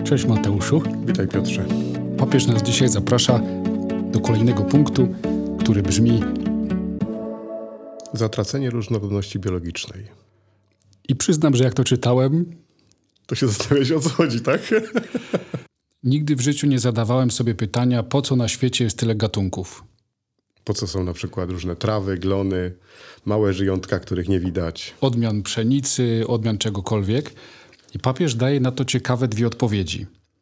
Cześć Mateuszu. Witaj Piotrze. Papież nas dzisiaj zaprasza do kolejnego punktu, który brzmi: Zatracenie różnorodności biologicznej. I przyznam, że jak to czytałem, to się zastanawiałeś, o co chodzi, tak? Nigdy w życiu nie zadawałem sobie pytania, po co na świecie jest tyle gatunków. Po co są na przykład różne trawy, glony, małe żyjątka, których nie widać. Odmian pszenicy, odmian czegokolwiek. I papież daje na to ciekawe dwie odpowiedzi.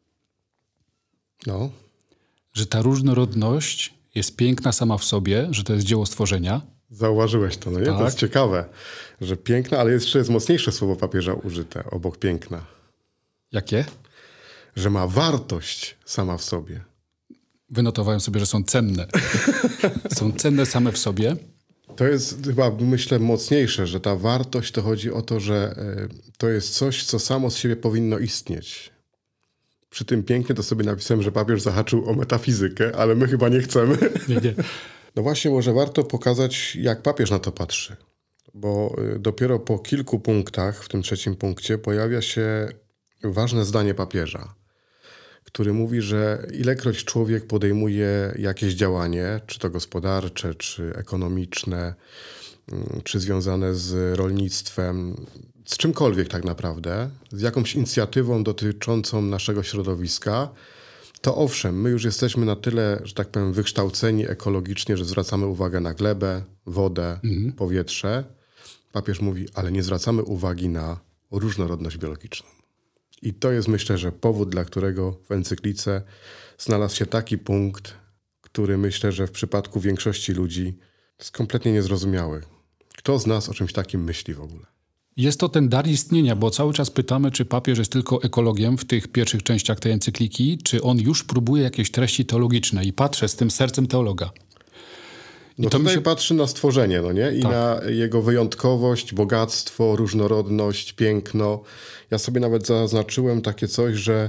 No. Że ta różnorodność jest piękna sama w sobie, że to jest dzieło stworzenia. Zauważyłeś to, no nie? Tak. To jest ciekawe, że piękna, ale jeszcze jest mocniejsze słowo papieża użyte obok piękna. Jakie? Że ma wartość sama w sobie. Wynotowałem sobie, że są cenne. Są cenne same w sobie. To jest chyba, myślę, mocniejsze, że ta wartość to chodzi o to, że to jest coś, co samo z siebie powinno istnieć. Przy tym pięknie to sobie napisałem, że papież zahaczył o metafizykę, ale my chyba nie chcemy. Nie. No właśnie, może warto pokazać, jak papież na to patrzy. Bo dopiero po kilku punktach, w tym trzecim punkcie, pojawia się ważne zdanie papieża, który mówi, że ilekroć człowiek podejmuje jakieś działanie, czy to gospodarcze, czy ekonomiczne, czy związane z rolnictwem, z czymkolwiek tak naprawdę, z jakąś inicjatywą dotyczącą naszego środowiska, to owszem, my już jesteśmy na tyle, że tak powiem, wykształceni ekologicznie, że zwracamy uwagę na glebę, wodę, powietrze. Papież mówi, ale nie zwracamy uwagi na różnorodność biologiczną. I to jest, myślę, że powód, dla którego w encyklice znalazł się taki punkt, który myślę, że w przypadku większości ludzi jest kompletnie niezrozumiały. Kto z nas o czymś takim myśli w ogóle? Jest to ten dar istnienia, bo cały czas pytamy, czy papież jest tylko ekologiem w tych pierwszych częściach tej encykliki, czy on już próbuje jakieś treści teologiczne i patrzę z tym sercem teologa. No to tutaj patrzy na stworzenie, no nie? I tak. na jego wyjątkowość, bogactwo, różnorodność, piękno. Ja sobie nawet zaznaczyłem takie coś, że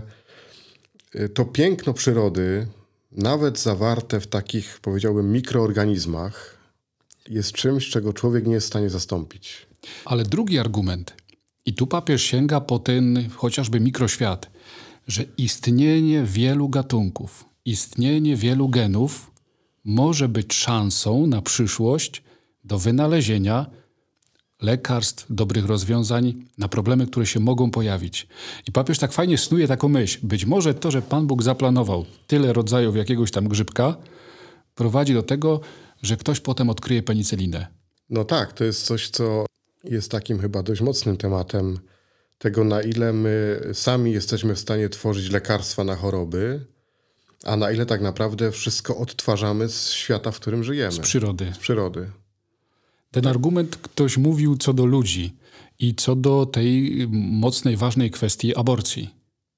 to piękno przyrody, nawet zawarte w takich, powiedziałbym, mikroorganizmach, jest czymś, czego człowiek nie jest w stanie zastąpić. Ale drugi argument, i tu papież sięga po ten chociażby mikroświat, że istnienie wielu gatunków, istnienie wielu genów może być szansą na przyszłość do wynalezienia lekarstw, dobrych rozwiązań na problemy, które się mogą pojawić. I papież tak fajnie snuje taką myśl. Być może to, że Pan Bóg zaplanował tyle rodzajów jakiegoś tam grzybka, prowadzi do tego, że ktoś potem odkryje penicylinę. No tak, to jest coś, co jest takim chyba dość mocnym tematem tego, na ile my sami jesteśmy w stanie tworzyć lekarstwa na choroby, a na ile tak naprawdę wszystko odtwarzamy z świata, w którym żyjemy. Z przyrody. Z przyrody. Ten argument ktoś mówił co do ludzi i co do tej mocnej, ważnej kwestii aborcji.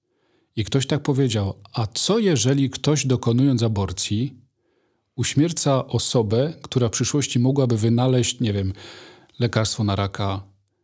I ktoś tak powiedział, a co jeżeli ktoś dokonując aborcji uśmierca osobę, która w przyszłości mogłaby wynaleźć, nie wiem, lekarstwo na raka,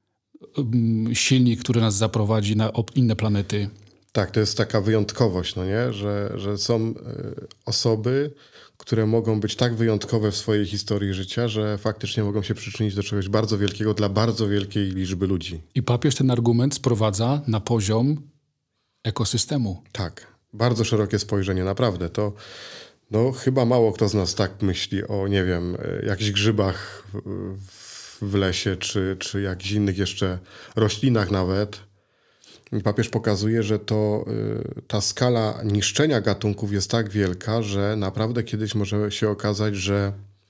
silnik, który nas zaprowadzi na inne planety. Tak, to jest taka wyjątkowość, no nie? Że są osoby, które mogą być tak wyjątkowe w swojej historii życia, że faktycznie mogą się przyczynić do czegoś bardzo wielkiego dla bardzo wielkiej liczby ludzi. I papież ten argument sprowadza na poziom ekosystemu. Tak. Bardzo szerokie spojrzenie, naprawdę. To chyba mało kto z nas tak myśli o, nie wiem, jakichś grzybach w lesie, czy jakichś innych jeszcze roślinach nawet. Papież pokazuje, że ta skala niszczenia gatunków jest tak wielka, że naprawdę kiedyś może się okazać, że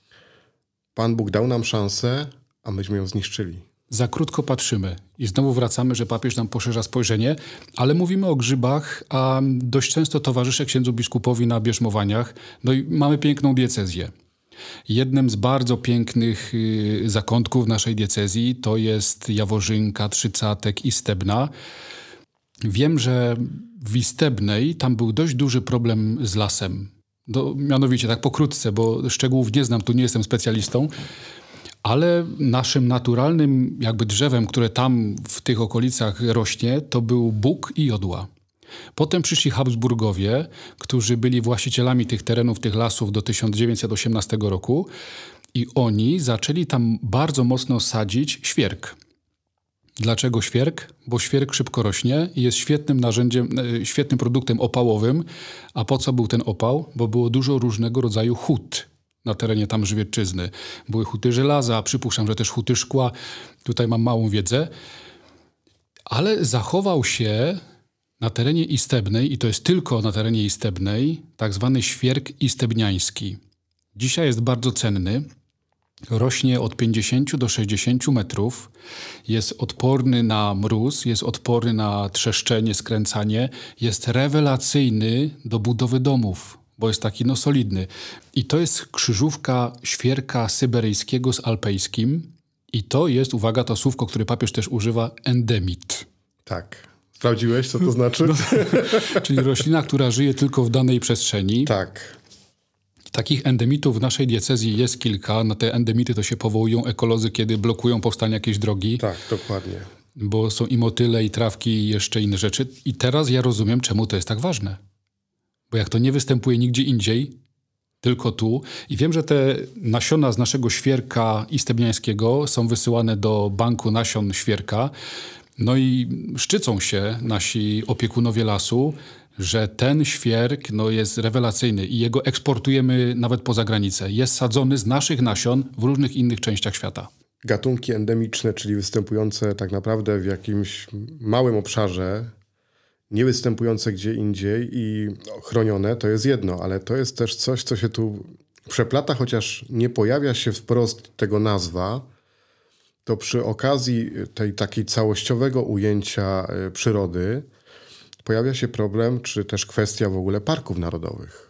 Pan Bóg dał nam szansę, a myśmy ją zniszczyli. Za krótko patrzymy i znowu wracamy, że papież nam poszerza spojrzenie, ale mówimy o grzybach, a dość często towarzyszę księdzu biskupowi na bierzmowaniach. No i mamy piękną diecezję. Jednym z bardzo pięknych zakątków naszej diecezji to jest Jaworzynka, Trzycatek i Stebna. Wiem, że w Istebnej tam był dość duży problem z lasem. Mianowicie, tak pokrótce, bo szczegółów nie znam, tu nie jestem specjalistą, ale naszym naturalnym jakby drzewem, które tam w tych okolicach rośnie, to był bóg i jodła. Potem przyszli Habsburgowie, którzy byli właścicielami tych terenów, tych lasów do 1918 roku i oni zaczęli tam bardzo mocno sadzić świerk. Dlaczego świerk? Bo świerk szybko rośnie i jest świetnym narzędziem, świetnym produktem opałowym. A po co był ten opał? Bo było dużo różnego rodzaju hut na terenie tam Żywiecczyzny. Były huty żelaza, przypuszczam, że też huty szkła. Tutaj mam małą wiedzę. Ale zachował się na terenie Istebnej, i to jest tylko na terenie Istebnej, tak zwany świerk istebniański. Dzisiaj jest bardzo cenny. Rośnie od 50 do 60 metrów, jest odporny na mróz, jest odporny na trzeszczenie, skręcanie, jest rewelacyjny do budowy domów, bo jest taki solidny. I to jest krzyżówka świerka syberyjskiego z alpejskim i to jest, uwaga, to słówko, które papież też używa, endemit. Tak. Sprawdziłeś, co to znaczy? Czyli roślina, która żyje tylko w danej przestrzeni. Tak. Takich endemitów w naszej diecezji jest kilka. Na te endemity to się powołują ekolodzy, kiedy blokują powstanie jakiejś drogi. Tak, dokładnie. Bo są i motyle, i trawki, i jeszcze inne rzeczy. I teraz ja rozumiem, czemu to jest tak ważne. Bo jak to nie występuje nigdzie indziej, tylko tu. I wiem, że te nasiona z naszego świerka istebniańskiego są wysyłane do banku nasion świerka. No i szczycą się nasi opiekunowie lasu, że ten świerk jest rewelacyjny i jego eksportujemy nawet poza granicę. Jest sadzony z naszych nasion w różnych innych częściach świata. Gatunki endemiczne, czyli występujące tak naprawdę w jakimś małym obszarze, nie występujące gdzie indziej i chronione, to jest jedno, ale to jest też coś, co się tu przeplata, chociaż nie pojawia się wprost tego nazwa, to przy okazji tej takiej całościowego ujęcia przyrody pojawia się problem, czy też kwestia w ogóle parków narodowych.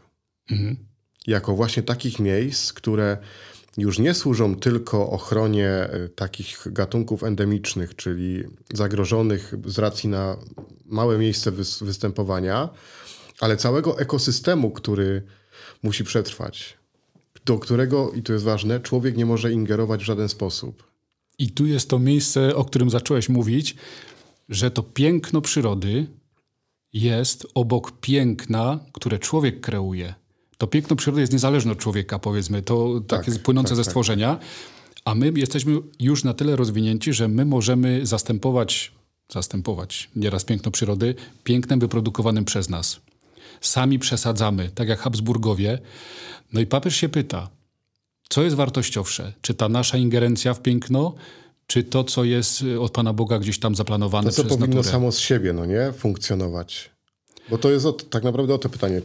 Jako właśnie takich miejsc, które już nie służą tylko ochronie takich gatunków endemicznych, czyli zagrożonych z racji na małe miejsce występowania, ale całego ekosystemu, który musi przetrwać, do którego, i to jest ważne, człowiek nie może ingerować w żaden sposób. I tu jest to miejsce, o którym zacząłeś mówić, że to piękno przyrody jest obok piękna, które człowiek kreuje. To piękno przyrody jest niezależne od człowieka, powiedzmy. To tak jest płynące ze stworzenia. A my jesteśmy już na tyle rozwinięci, że my możemy zastępować nieraz piękno przyrody pięknem wyprodukowanym przez nas. Sami przesadzamy, tak jak Habsburgowie. No i papież się pyta, co jest wartościowsze? Czy ta nasza ingerencja w piękno, czy to, co jest od Pana Boga gdzieś tam zaplanowane przez naturę? To, co powinno samo z siebie, funkcjonować. Bo to jest tak naprawdę o to pytanie,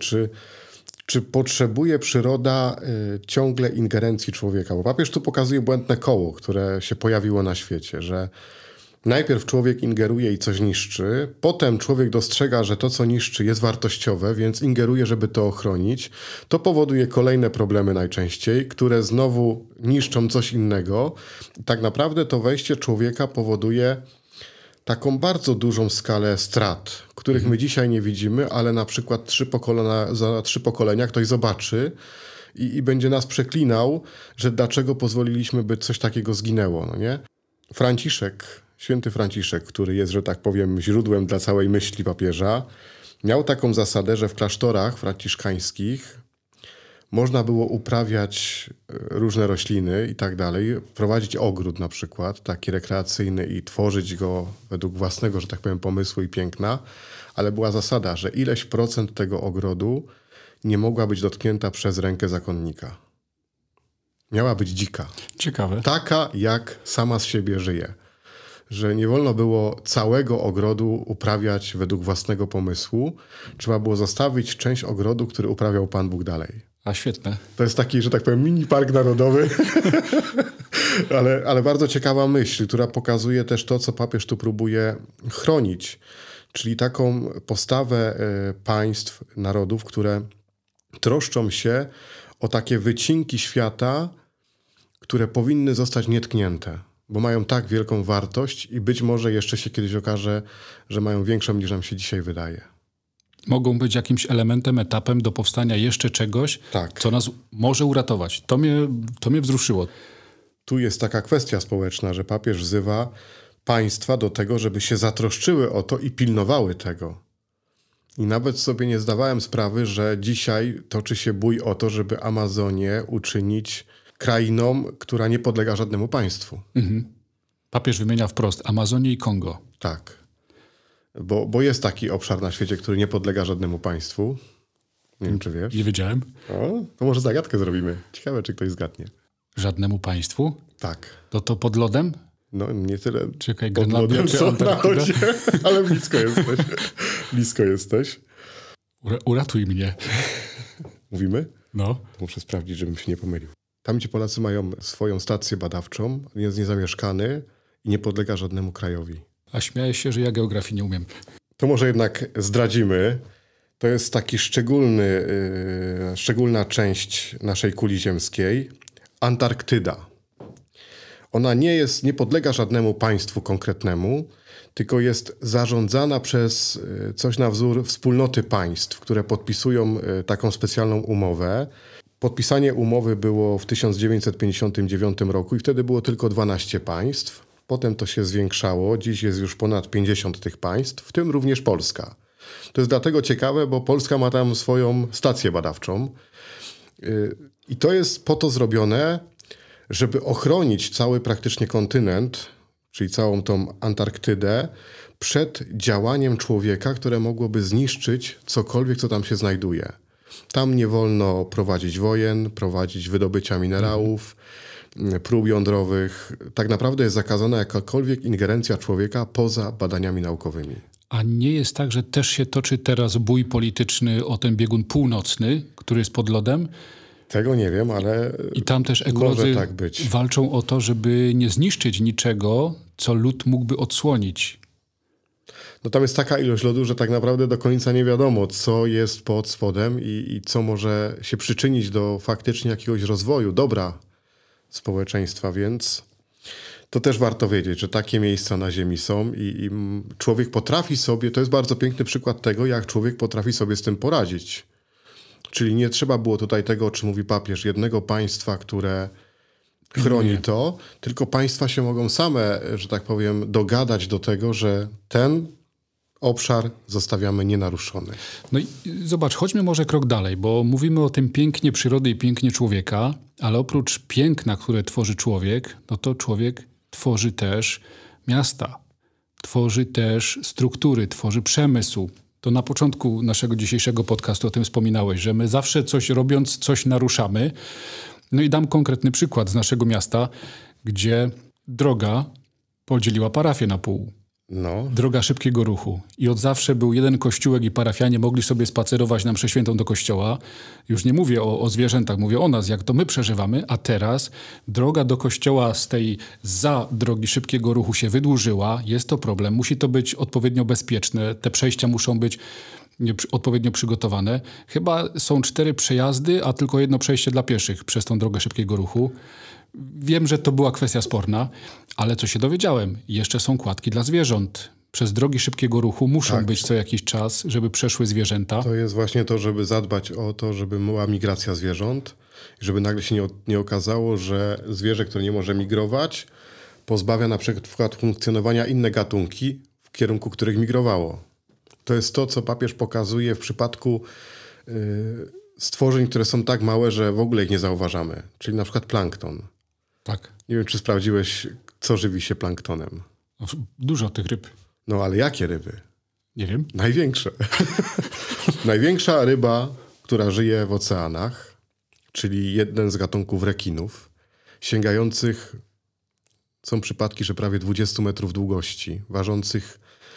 czy potrzebuje przyroda ciągle ingerencji człowieka? Bo papież tu pokazuje błędne koło, które się pojawiło na świecie, że najpierw człowiek ingeruje i coś niszczy, potem człowiek dostrzega, że to, co niszczy, jest wartościowe, więc ingeruje, żeby to ochronić. To powoduje kolejne problemy najczęściej, które znowu niszczą coś innego. Tak naprawdę to wejście człowieka powoduje taką bardzo dużą skalę strat, których my dzisiaj nie widzimy, ale na przykład za 3 pokolenia ktoś zobaczy i będzie nas przeklinał, że dlaczego pozwoliliśmy, by coś takiego zginęło, nie? Święty Franciszek, który jest, że tak powiem, źródłem dla całej myśli papieża, miał taką zasadę, że w klasztorach franciszkańskich można było uprawiać różne rośliny i tak dalej, prowadzić ogród na przykład, taki rekreacyjny i tworzyć go według własnego, że tak powiem, pomysłu i piękna, ale była zasada, że ileś procent tego ogrodu nie mogła być dotknięta przez rękę zakonnika. Miała być dzika. Ciekawe. Taka, jak sama z siebie żyje. Że nie wolno było całego ogrodu uprawiać według własnego pomysłu. Trzeba było zostawić część ogrodu, który uprawiał Pan Bóg dalej. A świetne. To jest taki, że tak powiem, mini park narodowy. ale bardzo ciekawa myśl, która pokazuje też to, co papież tu próbuje chronić. Czyli taką postawę państw, narodów, które troszczą się o takie wycinki świata, które powinny zostać nietknięte. Bo mają tak wielką wartość i być może jeszcze się kiedyś okaże, że mają większą niż nam się dzisiaj wydaje. Mogą być jakimś elementem, etapem do powstania jeszcze czegoś, co nas może uratować. To mnie wzruszyło. Tu jest taka kwestia społeczna, że papież wzywa państwa do tego, żeby się zatroszczyły o to i pilnowały tego. I nawet sobie nie zdawałem sprawy, że dzisiaj toczy się bój o to, żeby Amazonię uczynić krainą, która nie podlega żadnemu państwu. Papież wymienia wprost Amazonię i Kongo. Tak. Bo jest taki obszar na świecie, który nie podlega żadnemu państwu. Nie wiem, czy wiesz. Nie wiedziałem. O, to może zagadkę zrobimy. Ciekawe, czy ktoś zgadnie. żadnemu państwu? Tak. To pod lodem? No nie tyle Czekaj, pod Grenlandia lodem, czy co na Antarktyda? lodzie, ale blisko jesteś. Blisko jesteś. Uratuj mnie. Mówimy? No. Muszę sprawdzić, żebym się nie pomylił. Tam, gdzie Polacy mają swoją stację badawczą, jest niezamieszkany i nie podlega żadnemu krajowi. A śmieję się, że ja geografii nie umiem. To może jednak zdradzimy. To jest taki szczególna część naszej kuli ziemskiej. Antarktyda. Ona nie podlega żadnemu państwu konkretnemu, tylko jest zarządzana przez coś na wzór wspólnoty państw, które podpisują taką specjalną umowę. Podpisanie umowy było w 1959 roku i wtedy było tylko 12 państw. Potem to się zwiększało. Dziś jest już ponad 50 tych państw, w tym również Polska. To jest dlatego ciekawe, bo Polska ma tam swoją stację badawczą. I to jest po to zrobione, żeby ochronić cały praktycznie kontynent, czyli całą tą Antarktydę, przed działaniem człowieka, które mogłoby zniszczyć cokolwiek, co tam się znajduje. Tam nie wolno prowadzić wojen, prowadzić wydobycia minerałów, prób jądrowych. Tak naprawdę jest zakazana jakakolwiek ingerencja człowieka poza badaniami naukowymi. A nie jest tak, że też się toczy teraz bój polityczny o ten biegun północny, który jest pod lodem? Tego nie wiem, ale i tam też ekolodzy może tak być. Walczą o to, żeby nie zniszczyć niczego, co lód mógłby odsłonić. No tam jest taka ilość lodu, że tak naprawdę do końca nie wiadomo, co jest pod spodem i co może się przyczynić do faktycznie jakiegoś rozwoju, dobra społeczeństwa, więc to też warto wiedzieć, że takie miejsca na Ziemi są i człowiek potrafi sobie, to jest bardzo piękny przykład tego, jak człowiek potrafi sobie z tym poradzić. Czyli nie trzeba było tutaj tego, o czym mówi papież, jednego państwa, które chroni to, tylko państwa się mogą same, że tak powiem, dogadać do tego, że ten obszar zostawiamy nienaruszony. No i zobacz, chodźmy może krok dalej, bo mówimy o tym pięknie przyrody i pięknie człowieka, ale oprócz piękna, które tworzy człowiek, no to człowiek tworzy też miasta, tworzy też struktury, tworzy przemysł. To na początku naszego dzisiejszego podcastu o tym wspominałeś, że my zawsze coś robiąc, coś naruszamy. No i dam konkretny przykład z naszego miasta, gdzie droga podzieliła parafię na pół. No. Droga szybkiego ruchu. I od zawsze był jeden kościółek i parafianie mogli sobie spacerować na mszę świętą do kościoła. Już nie mówię o zwierzętach, mówię o nas, jak to my przeżywamy, a teraz droga do kościoła z tej za drogi szybkiego ruchu się wydłużyła. Jest to problem. Musi to być odpowiednio bezpieczne. Te przejścia muszą być odpowiednio przygotowane. Chyba są 4 przejazdy, a tylko jedno przejście dla pieszych przez tą drogę szybkiego ruchu. Wiem, że to była kwestia sporna, ale co się dowiedziałem, jeszcze są kładki dla zwierząt. Przez drogi szybkiego ruchu muszą być co jakiś czas, żeby przeszły zwierzęta. To jest właśnie to, żeby zadbać o to, żeby była migracja zwierząt i żeby nagle się nie okazało, że zwierzę, które nie może migrować, pozbawia na przykład funkcjonowania inne gatunki, w kierunku których migrowało. To jest to, co papież pokazuje w przypadku stworzeń, które są tak małe, że w ogóle ich nie zauważamy. Czyli na przykład plankton. Tak. Nie wiem, czy sprawdziłeś, co żywi się planktonem. Dużo tych ryb. No, ale jakie ryby? Nie wiem. Największe. Największa ryba, która żyje w oceanach, czyli jeden z gatunków rekinów, sięgających, są przypadki, że prawie 20 metrów długości, ważących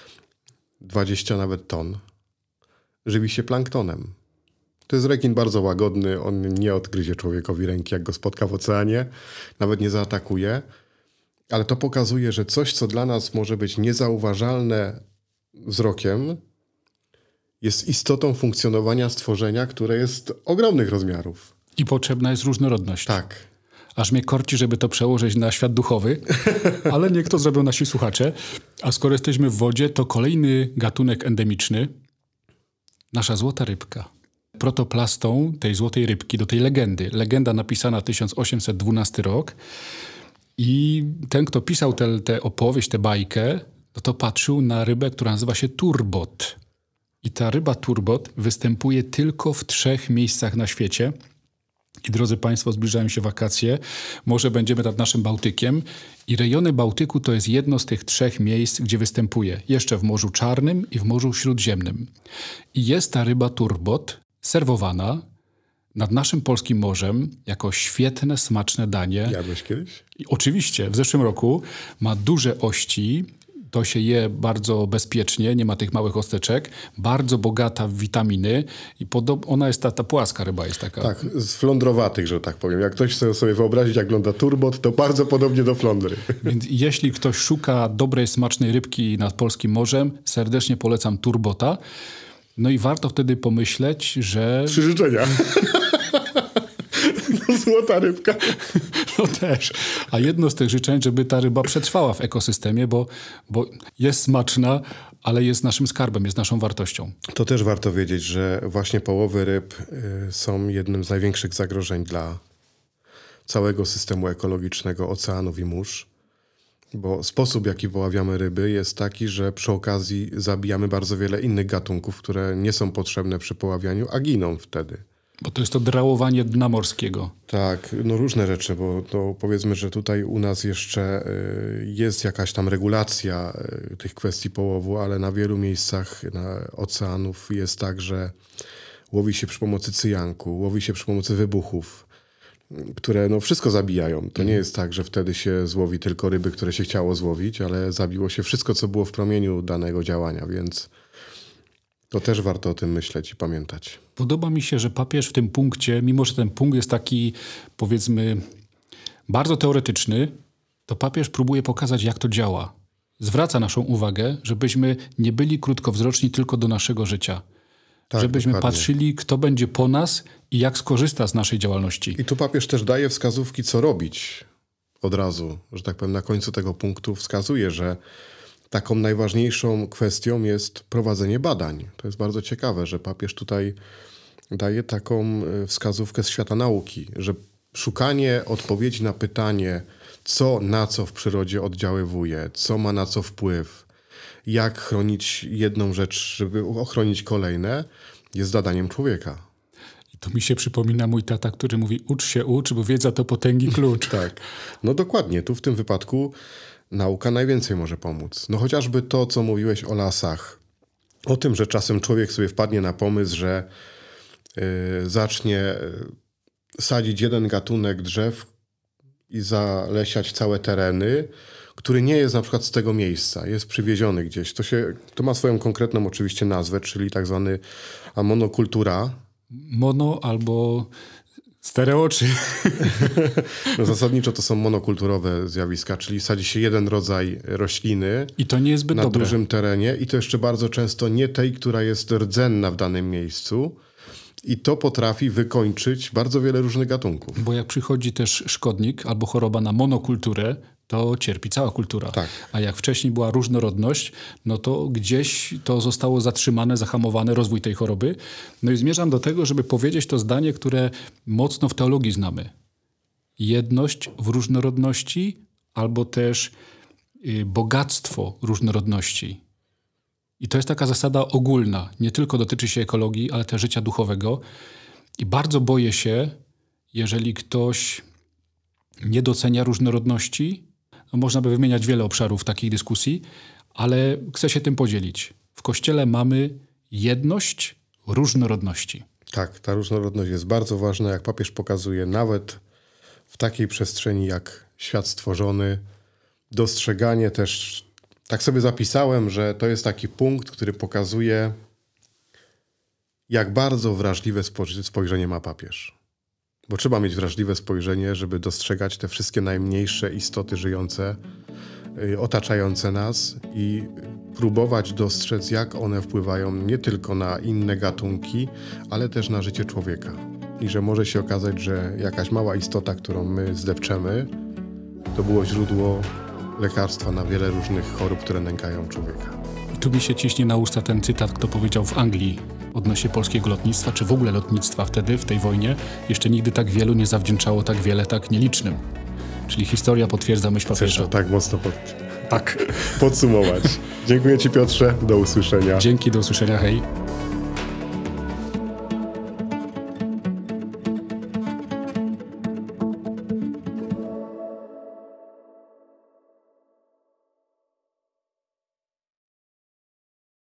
20 nawet ton, żywi się planktonem. To jest rekin bardzo łagodny, on nie odgryzie człowiekowi ręki, jak go spotka w oceanie, nawet nie zaatakuje, ale to pokazuje, że coś, co dla nas może być niezauważalne wzrokiem, jest istotą funkcjonowania stworzenia, które jest ogromnych rozmiarów. I potrzebna jest różnorodność. Tak. Aż mnie korci, żeby to przełożyć na świat duchowy, ale niech to zrobią nasi słuchacze. A skoro jesteśmy w wodzie, to kolejny gatunek endemiczny, nasza złota rybka. Protoplastą tej złotej rybki do tej legendy. Legenda napisana 1812 rok. I ten, kto pisał tę opowieść, tę bajkę, to patrzył na rybę, która nazywa się turbot. I ta ryba turbot występuje tylko w 3 miejscach na świecie. I drodzy Państwo, zbliżają się wakacje. Może będziemy nad naszym Bałtykiem. I rejony Bałtyku to jest jedno z tych 3 miejsc, gdzie występuje. Jeszcze w Morzu Czarnym i w Morzu Śródziemnym. I jest ta ryba turbot serwowana nad naszym polskim morzem jako świetne, smaczne danie. Jadłeś kiedyś? I oczywiście, w zeszłym roku ma duże ości. To się je bardzo bezpiecznie, nie ma tych małych osteczek, bardzo bogata w witaminy i ona jest ta płaska ryba jest taka. Tak, z flądrowatych, że tak powiem. Jak ktoś chce sobie wyobrazić, jak wygląda turbot, to bardzo podobnie do flądry. Więc jeśli ktoś szuka dobrej, smacznej rybki nad polskim morzem, serdecznie polecam turbota. No i warto wtedy pomyśleć, że... 3 życzenia. No, złota rybka. No też. A jedno z tych życzeń, żeby ta ryba przetrwała w ekosystemie, bo jest smaczna, ale jest naszym skarbem, jest naszą wartością. To też warto wiedzieć, że właśnie połowy ryb są jednym z największych zagrożeń dla całego systemu ekologicznego oceanów i mórz. Bo sposób, w jaki poławiamy ryby, jest taki, że przy okazji zabijamy bardzo wiele innych gatunków, które nie są potrzebne przy poławianiu, a giną wtedy. Bo to jest to drałowanie dna morskiego. Tak, no różne rzeczy, bo to powiedzmy, że tutaj u nas jeszcze jest jakaś tam regulacja tych kwestii połowu, ale na wielu miejscach oceanów jest tak, że łowi się przy pomocy cyjanku, łowi się przy pomocy wybuchów, które no wszystko zabijają. To nie jest tak, że wtedy się złowi tylko ryby, które się chciało złowić, ale zabiło się wszystko, co było w promieniu danego działania, więc to też warto o tym myśleć i pamiętać. Podoba mi się, że papież w tym punkcie, mimo że ten punkt jest taki, powiedzmy, bardzo teoretyczny, to papież próbuje pokazać, jak to działa. Zwraca naszą uwagę, żebyśmy nie byli krótkowzroczni tylko do naszego życia. Tak, żebyśmy dokładnie patrzyli, kto będzie po nas i jak skorzysta z naszej działalności. I tu papież też daje wskazówki, co robić od razu. Że tak powiem, na końcu tego punktu wskazuje, że taką najważniejszą kwestią jest prowadzenie badań. To jest bardzo ciekawe, że papież tutaj daje taką wskazówkę z świata nauki, że szukanie odpowiedzi na pytanie, co na co w przyrodzie oddziaływuje, co ma na co wpływ, jak chronić jedną rzecz, żeby ochronić kolejne, jest zadaniem człowieka. I tu mi się przypomina mój tata, który mówi: ucz się, bo wiedza to potęgi klucz. Tak, no dokładnie. Tu w tym wypadku nauka najwięcej może pomóc. No chociażby to, co mówiłeś o lasach. O tym, że czasem człowiek sobie wpadnie na pomysł, że zacznie sadzić jeden gatunek drzew i zalesiać całe tereny, który nie jest na przykład z tego miejsca, jest przywieziony gdzieś. To ma swoją konkretną oczywiście nazwę, czyli tak zwany monokultura. Mono albo stereoczy. No zasadniczo to są monokulturowe zjawiska, czyli sadzi się jeden rodzaj rośliny i to nie jest zbyt dobre. Na dużym terenie i to jeszcze bardzo często nie tej, która jest rdzenna w danym miejscu. I to potrafi wykończyć bardzo wiele różnych gatunków. Bo jak przychodzi też szkodnik albo choroba na monokulturę, to cierpi cała kultura. Tak. A jak wcześniej była różnorodność, no to gdzieś to zostało zatrzymane, zahamowane, rozwój tej choroby. No i zmierzam do tego, żeby powiedzieć to zdanie, które mocno w teologii znamy. Jedność w różnorodności albo też bogactwo różnorodności. I to jest taka zasada ogólna. Nie tylko dotyczy się ekologii, ale też życia duchowego. I bardzo boję się, jeżeli ktoś nie docenia różnorodności. No można by wymieniać wiele obszarów takiej dyskusji, ale chcę się tym podzielić. W Kościele mamy jedność różnorodności. Tak, ta różnorodność jest bardzo ważna, jak papież pokazuje, nawet w takiej przestrzeni jak świat stworzony. Dostrzeganie też. Tak sobie zapisałem, że to jest taki punkt, który pokazuje, jak bardzo wrażliwe spojrzenie ma papież. Bo trzeba mieć wrażliwe spojrzenie, żeby dostrzegać te wszystkie najmniejsze istoty żyjące, otaczające nas i próbować dostrzec, jak one wpływają nie tylko na inne gatunki, ale też na życie człowieka. I że może się okazać, że jakaś mała istota, którą my zdepczemy, to było źródło lekarstwa na wiele różnych chorób, które nękają człowieka. I tu mi się ciśnie na usta ten cytat, kto powiedział w Anglii odnośnie polskiego lotnictwa, czy w ogóle lotnictwa wtedy, w tej wojnie. Jeszcze nigdy tak wielu nie zawdzięczało tak wiele, tak nielicznym. Czyli historia potwierdza myśl papieża. Chcesz to tak mocno podsumować. Dziękuję Ci, Piotrze. Do usłyszenia. Dzięki, do usłyszenia. Hej.